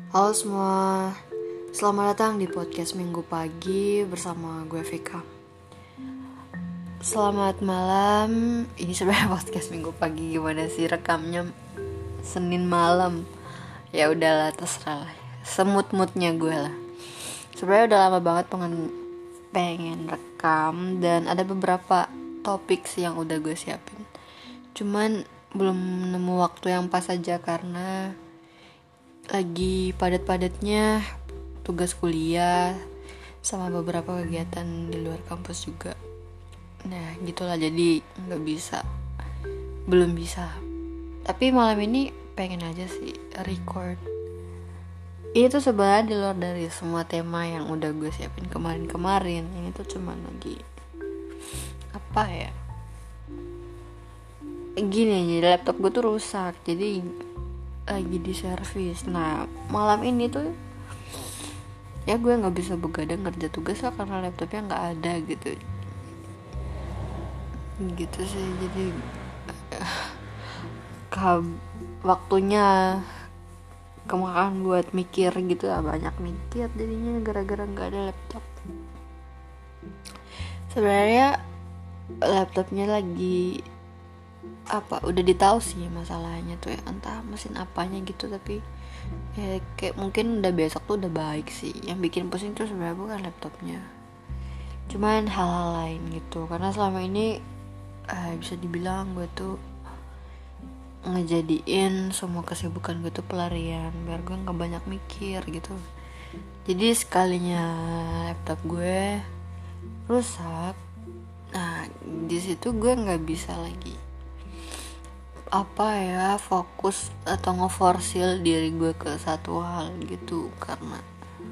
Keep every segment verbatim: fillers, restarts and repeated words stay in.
Halo semua, selamat datang di podcast Minggu Pagi bersama gue Vika. Selamat malam, ini sebenarnya podcast Minggu Pagi, gimana sih rekamnya Senin malam. Ya udahlah, terserah lah, semut-mutnya gue lah. Sebenarnya udah lama banget pengen, pengen rekam, dan ada beberapa topik sih yang udah gue siapin. Cuman belum nemu waktu yang pas aja karena lagi padat-padatnya tugas kuliah sama beberapa kegiatan di luar kampus juga. Nah gitulah, jadi nggak bisa, belum bisa. Tapi malam ini pengen aja sih record. Ini tuh sebenarnya di luar dari semua tema yang udah gue siapin kemarin-kemarin. Ini tuh cuman lagi apa ya, gini aja, laptop gue tuh rusak, jadi lagi di servis. Nah malam ini tuh ya gue nggak bisa begadang ngerja tugas lah karena laptopnya nggak ada gitu gitu sih. Jadi ke waktunya kemakan buat mikir gitu lah, banyak mikir jadinya gara-gara nggak ada laptop. Sebenarnya laptopnya lagi apa udah ditahu sih masalahnya tuh ya, entah mesin apanya gitu, tapi ya kayak mungkin udah besok tuh udah baik sih. Yang bikin pusing tuh sebenarnya bukan laptopnya, cuman hal-hal lain gitu. Karena selama ini eh, bisa dibilang gue tuh ngejadiin semua kesibukan gue tuh pelarian biar gue nggak banyak mikir gitu. Jadi sekalinya laptop gue rusak, nah di situ gue nggak bisa lagi apa ya fokus atau ngeforsil diri gue ke satu hal gitu, karena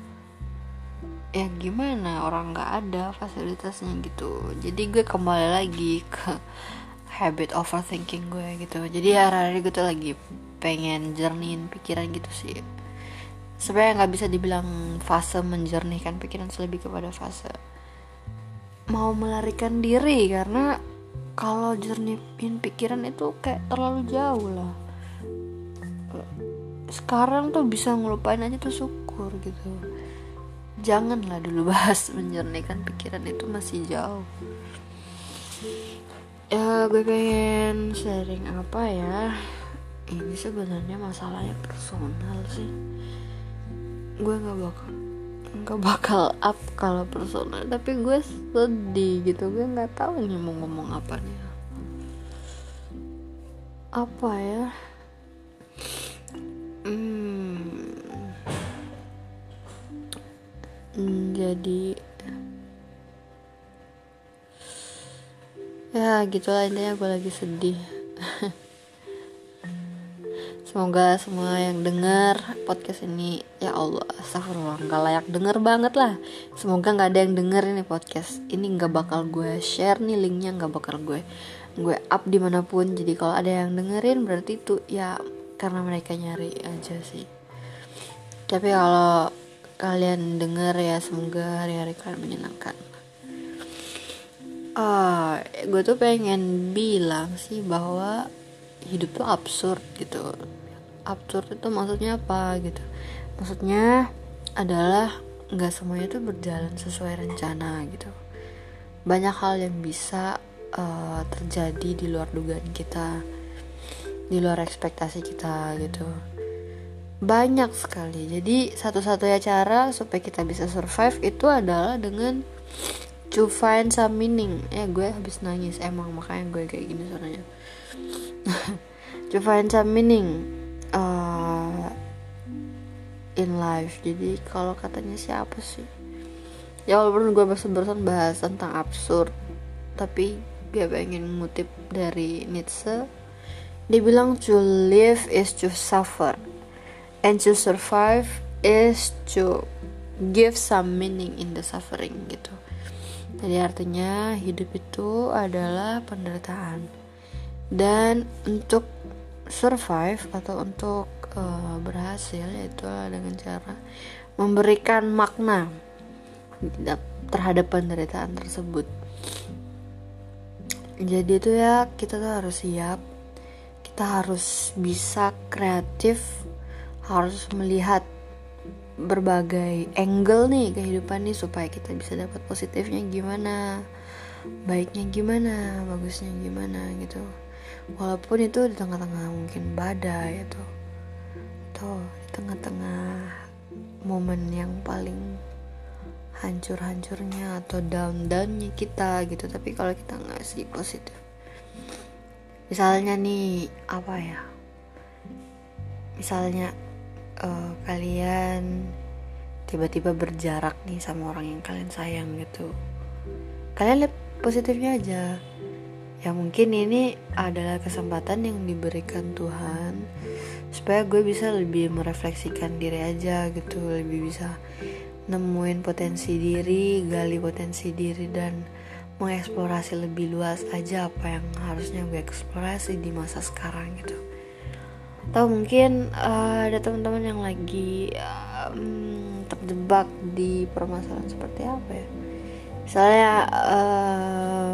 ya gimana, orang nggak ada fasilitasnya gitu. Jadi gue kembali lagi ke habit overthinking gue gitu. Jadi hari-hari gue tuh lagi pengen jernihin pikiran gitu sih. Sebenarnya nggak bisa dibilang fase menjernihkan pikiran, lebih kepada fase mau melarikan diri, karena kalau jernihin pikiran itu kayak terlalu jauh lah. Sekarang tuh bisa ngelupain aja tuh syukur gitu. Janganlah dulu bahas menjernihkan pikiran, itu masih jauh. Ya gue pengen sharing apa ya, ini sebenarnya masalahnya personal sih. Gue gak bakal Gak bakal up kalau personal, tapi gue sedih gitu. Gue gak tahu nih mau ngomong apa nih. Apa ya, hmm, jadi ya gitulah intinya, gue lagi sedih. Semoga semua yang denger podcast ini, ya Allah, astagfirullah, gak layak denger banget lah. Semoga gak ada yang denger ini podcast ini. Gak bakal gue share nih linknya, gak bakal gue gue up dimanapun. Jadi kalau ada yang dengerin berarti itu ya karena mereka nyari aja sih. Tapi kalau kalian denger ya semoga hari-hari kalian menyenangkan. Ah, gue tuh pengen bilang sih bahwa hidup tuh absurd gitu. Absurd itu maksudnya apa gitu? Maksudnya adalah nggak semuanya tuh berjalan sesuai rencana gitu. Banyak hal yang bisa uh, terjadi di luar dugaan kita, di luar ekspektasi kita gitu. Banyak sekali. Jadi satu-satunya cara supaya kita bisa survive itu adalah dengan to find some meaning. Eh gue habis nangis emang, makanya gue kayak gini suaranya. To find some meaning uh, in life. Jadi kalau katanya siapa sih, ya walaupun gue barusan bahas tentang absurd, tapi gue pengen ngutip dari Nietzsche. Dia bilang to live is to suffer, and to survive is to give some meaning in the suffering gitu. Jadi artinya hidup itu adalah penderitaan, dan untuk survive atau untuk uh, berhasil yaitu dengan cara memberikan makna terhadap penderitaan tersebut. Jadi itu ya, kita tuh harus siap, kita harus bisa kreatif, harus melihat berbagai angle nih kehidupan nih supaya kita bisa dapat positifnya gimana, baiknya gimana, bagusnya gimana gitu. Walaupun itu di tengah-tengah mungkin badai itu, atau di tengah-tengah momen yang paling hancur-hancurnya atau down-downnya kita gitu. Tapi kalau kita ngasih positif, misalnya nih apa ya, misalnya uh, kalian tiba-tiba berjarak nih sama orang yang kalian sayang gitu, kalian lihat positifnya aja. Ya mungkin ini adalah kesempatan yang diberikan Tuhan supaya gue bisa lebih merefleksikan diri aja gitu, lebih bisa nemuin potensi diri, gali potensi diri, dan mengeksplorasi lebih luas aja apa yang harusnya gue eksplorasi di masa sekarang gitu. Atau mungkin uh, ada teman-teman yang lagi um, terjebak di permasalahan seperti apa ya, misalnya uh,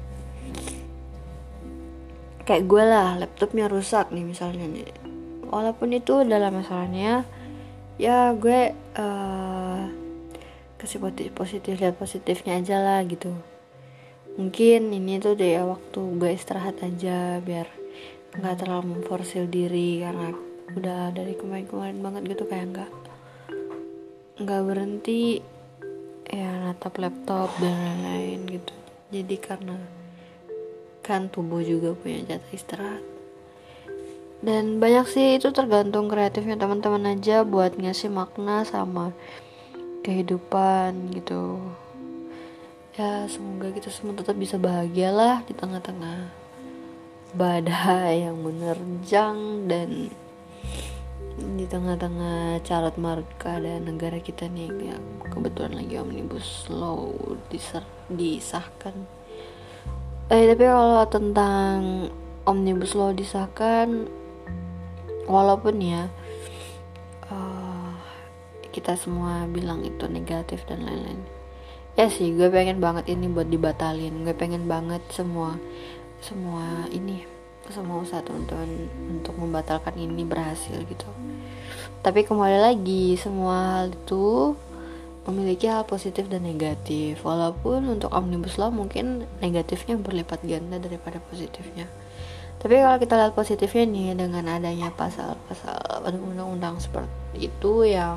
kayak gue lah, laptopnya rusak nih misalnya nih. Walaupun itu dalam masalahnya, ya gue uh, kasih positif, positif lihat positifnya aja lah gitu. Mungkin ini tuh deh waktu gue istirahat aja biar nggak terlalu memforsir diri, karena udah dari kemarin-kemarin banget gitu kayak nggak nggak berhenti ya natap laptop dan lain-lain gitu. Jadi karena kan tubuh juga punya jatah istirahat. Dan banyak sih, itu tergantung kreatifnya teman-teman aja buat ngasih makna sama kehidupan gitu. Ya semoga kita semua tetap bisa bahagia lah di tengah-tengah badai yang menerjang dan di tengah-tengah carut marut keadaan negara kita nih yang kebetulan lagi omnibus law diser- disahkan. Eh tapi kalau tentang omnibus law disahkan, walaupun ya uh, kita semua bilang itu negatif dan lain-lain, ya sih gue pengen banget ini buat dibatalin. Gue pengen banget semua semua ini semua usaha teman-teman untuk membatalkan ini berhasil gitu. Tapi kembali lagi, semua hal itu memiliki hal positif dan negatif. Walaupun untuk omnibus law mungkin negatifnya berlipat ganda daripada positifnya. Tapi kalau kita lihat positifnya nih, dengan adanya pasal-pasal undang-undang seperti itu yang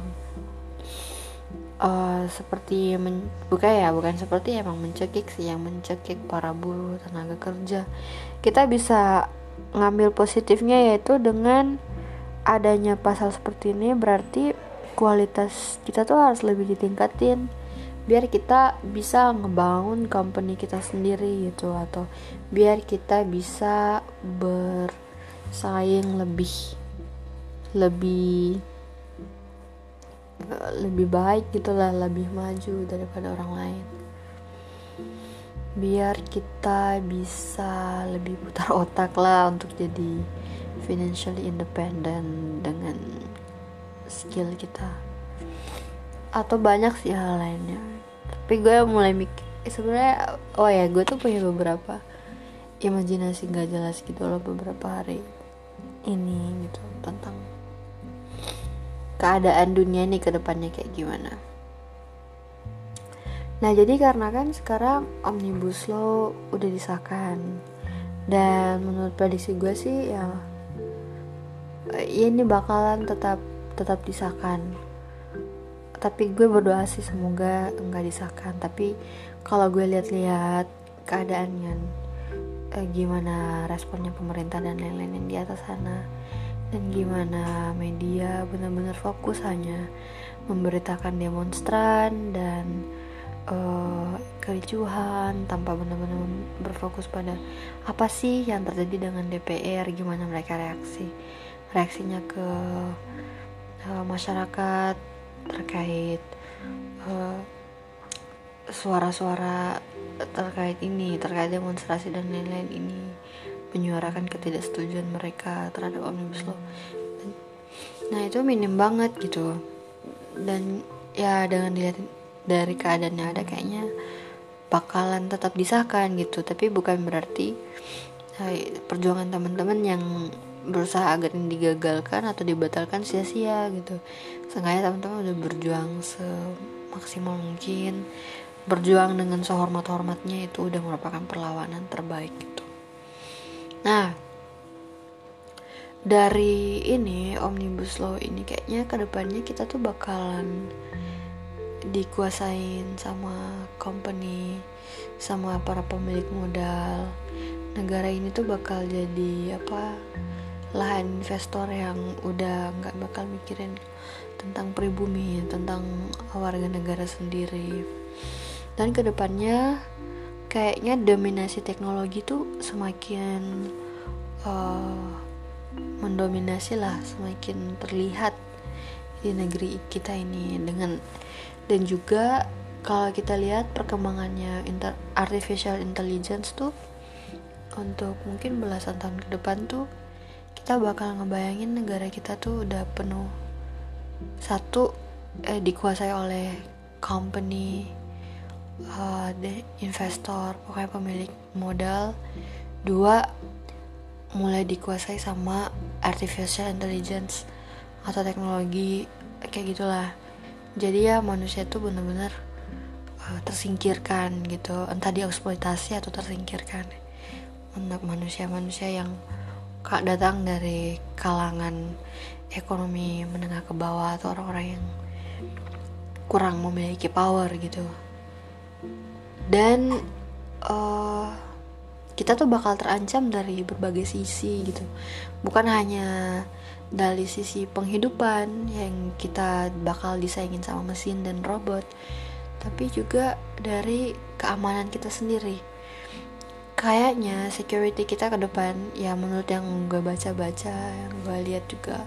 uh, seperti men- bukan ya bukan seperti emang mencekik sih, yang mencekik para buruh tenaga kerja. Kita bisa ngambil positifnya, yaitu dengan adanya pasal seperti ini berarti kualitas kita tuh harus lebih ditingkatin biar kita bisa ngebangun company kita sendiri gitu, atau biar kita bisa bersaing lebih lebih lebih baik gitulah, lebih maju daripada orang lain, biar kita bisa lebih putar otak lah untuk jadi financially independent dengan skill kita. Atau banyak sih hal lainnya, tapi gue mulai mikir eh, sebenarnya oh ya gue tuh punya beberapa imajinasi gak jelas gitu loh beberapa hari ini gitu, tentang keadaan dunia nih ke depannya kayak gimana. Nah jadi karena kan sekarang omnibus law udah disahkan, dan menurut prediksi gue sih ya ini bakalan tetap tetap disahkan. Tapi gue berdoa sih semoga enggak disahkan. Tapi kalau gue lihat-lihat keadaannya, eh, gimana responnya pemerintah dan lain-lain yang di atas sana, dan gimana media benar-benar fokus hanya memberitakan demonstran dan uh, kericuhan tanpa benar-benar berfokus pada apa sih yang terjadi dengan D P R, gimana mereka reaksi reaksinya ke uh, masyarakat terkait uh, suara-suara terkait ini, terkait demonstrasi dan lain-lain ini, menyuarakan ketidaksetujuan mereka terhadap omnibus law. Nah itu minim banget gitu, dan ya dengan dilihat dari keadaan yang ada kayaknya bakalan tetap disahkan gitu. Tapi bukan berarti hai, perjuangan teman-teman yang berusaha agar ini digagalkan atau dibatalkan sia-sia gitu. Seenggaknya teman-teman udah berjuang semaksimal mungkin, berjuang dengan sehormat-hormatnya, itu udah merupakan perlawanan terbaik gitu. Nah, dari ini Omnibus Law ini kayaknya kedepannya kita tuh bakalan dikuasain sama company, sama para pemilik modal. Negara ini tuh bakal jadi apa, lahan investor yang udah nggak bakal mikirin tentang pribumi, tentang warga negara sendiri. Dan kedepannya kayaknya dominasi teknologi tuh semakin uh, mendominasi lah, semakin terlihat di negeri kita ini. Dengan dan juga kalau kita lihat perkembangannya inter, artificial intelligence tuh untuk mungkin belasan tahun ke depan tuh kita bakal ngebayangin negara kita tuh udah penuh, satu eh, dikuasai oleh company, uh, investor, pokoknya pemilik modal. Dua, mulai dikuasai sama artificial intelligence atau teknologi kayak gitulah. Jadi ya manusia tuh benar-benar uh, tersingkirkan gitu, entah dieksploitasi atau tersingkirkan. Untuk manusia-manusia yang datang dari kalangan ekonomi menengah ke bawah atau orang-orang yang kurang memiliki power gitu. Dan uh, kita tuh bakal terancam dari berbagai sisi gitu, bukan hanya dari sisi penghidupan yang kita bakal disaingin sama mesin dan robot, tapi juga dari keamanan kita sendiri. Kayaknya security kita ke depan, ya menurut yang gue baca-baca, yang gue lihat juga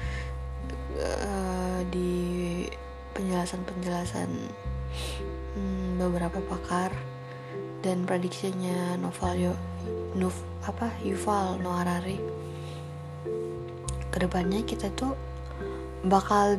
uh, di penjelasan-penjelasan hmm, beberapa pakar dan prediksinya Noval Nuf apa Yuval Noah Harari, kedepannya kita tuh bakal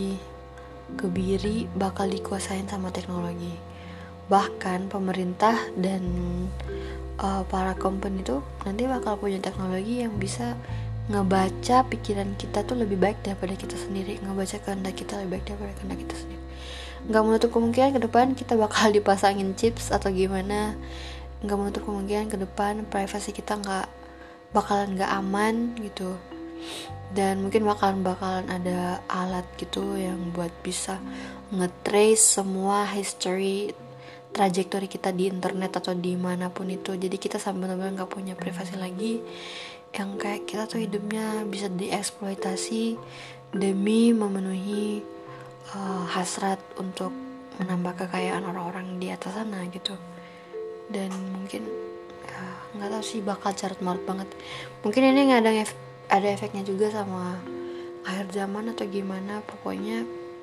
dikebiri, bakal dikuasain sama teknologi. Bahkan pemerintah dan uh, para company tuh nanti bakal punya teknologi yang bisa ngebaca pikiran kita tuh lebih baik daripada kita sendiri, ngebaca kehendak kita lebih baik daripada kehendak kita sendiri. Nggak menutup kemungkinan ke depan kita bakal dipasangin chips atau gimana. Nggak menutup kemungkinan ke depan privasi kita nggak bakalan nggak aman gitu. Dan mungkin bakalan bakalan ada alat gitu yang buat bisa nge-trace semua history, trajektori kita di internet atau dimanapun itu. Jadi kita sampai benar-benar nggak punya privasi lagi, yang kayak kita tuh hidupnya bisa dieksploitasi demi memenuhi uh, hasrat untuk menambah kekayaan orang-orang di atas sana gitu. Dan mungkin nggak tahu sih, bakal carut marut banget. Mungkin ini nggak ada ef- ada efeknya juga sama akhir zaman atau gimana. Pokoknya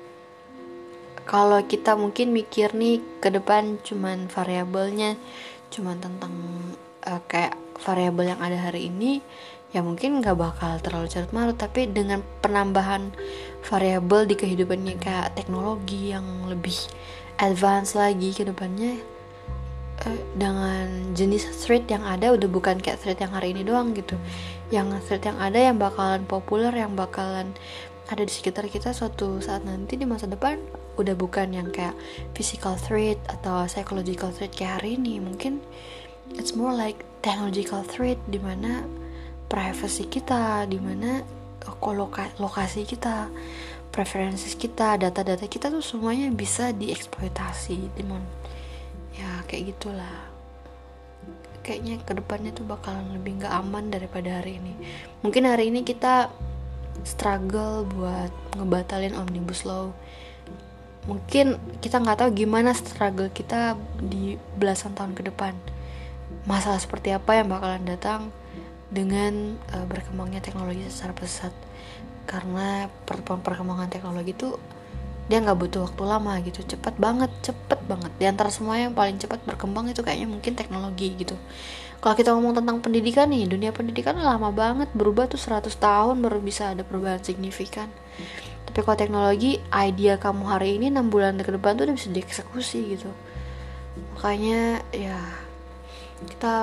kalau kita mungkin mikir nih ke depan cuman variabelnya cuman tentang uh, kayak variabel yang ada hari ini, ya mungkin nggak bakal terlalu carut marut. Tapi dengan penambahan variabel di kehidupannya kayak teknologi yang lebih advance lagi ke depannya, eh, dengan jenis thread yang ada udah bukan kayak thread yang hari ini doang gitu. Yang thread yang ada yang bakalan populer, yang bakalan ada di sekitar kita suatu saat nanti di masa depan udah bukan yang kayak physical threat atau psychological threat kayak hari ini. Mungkin it's more like technological threat, dimana privacy kita, dimana loka- lokasi kita, preferences kita, data-data kita tuh semuanya bisa dieksploitasi, dimana ya kayak gitulah. Kayaknya kedepannya tuh bakalan lebih nggak aman daripada hari ini. Mungkin hari ini kita struggle buat ngebatalin Omnibus Law, mungkin kita nggak tahu gimana struggle kita di belasan tahun ke depan. Masalah seperti apa yang bakalan datang dengan uh, berkembangnya teknologi secara pesat. Karena per- perkembangan teknologi itu dia nggak butuh waktu lama gitu, cepat banget, cepet banget. Di antara semua yang paling cepat berkembang itu kayaknya mungkin teknologi gitu. Kalau kita ngomong tentang pendidikan nih, dunia pendidikan lama banget, berubah tuh seratus tahun baru bisa ada perubahan signifikan. Tapi kalau teknologi, idea kamu hari ini enam bulan ke depan tuh udah bisa dieksekusi gitu. Makanya ya kita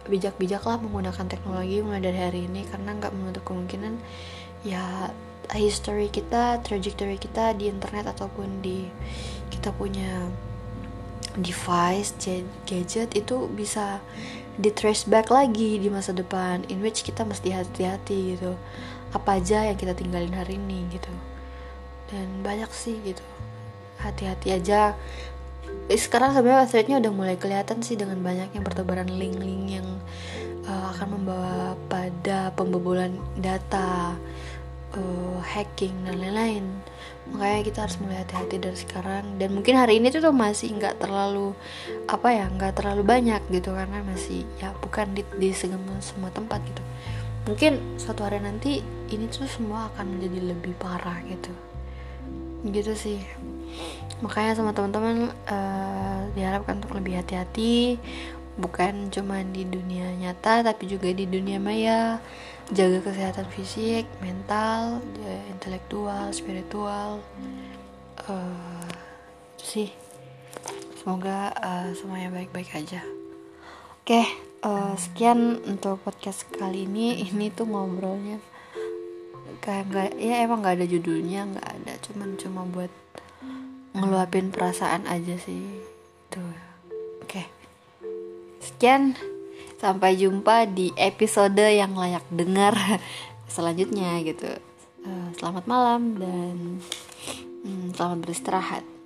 bijak-bijaklah menggunakan teknologi mulai dari hari ini, karena nggak menutup kemungkinan ya history kita, trajectory kita di internet ataupun di kita punya device, gadget itu bisa di trace back lagi di masa depan, in which kita mesti hati-hati gitu, apa aja yang kita tinggalin hari ini gitu. Dan banyak sih gitu, hati-hati aja. Sekarang sebenarnya threadnya udah mulai kelihatan sih dengan banyaknya pertebaran link-link yang uh, akan membawa pada pembobolan data, uh, hacking dan lain-lain. Makanya kita harus mulai hati-hati dari sekarang. Dan mungkin hari ini tuh, tuh masih nggak terlalu apa ya, nggak terlalu banyak gitu, karena masih ya bukan di, di semua, semua tempat gitu. Mungkin suatu hari nanti ini tuh semua akan menjadi lebih parah gitu. Gitu sih. Makanya sama teman-teman uh, diharapkan untuk lebih hati-hati, bukan cuma di dunia nyata tapi juga di dunia maya. Jaga kesehatan fisik, mental, intelektual, spiritual. Uh, sih. Semoga uh, semuanya baik-baik aja. Oke, okay, uh, sekian untuk podcast kali ini. Ini tuh ngobrolnya kayak nggak, ya emang nggak ada judulnya, nggak ada, cuman cuma buat ngeluapin perasaan aja sih. Tuh. Oke. Okay. Sekian. Sampai jumpa di episode yang layak dengar selanjutnya gitu. Uh, selamat malam dan hmm, selamat beristirahat.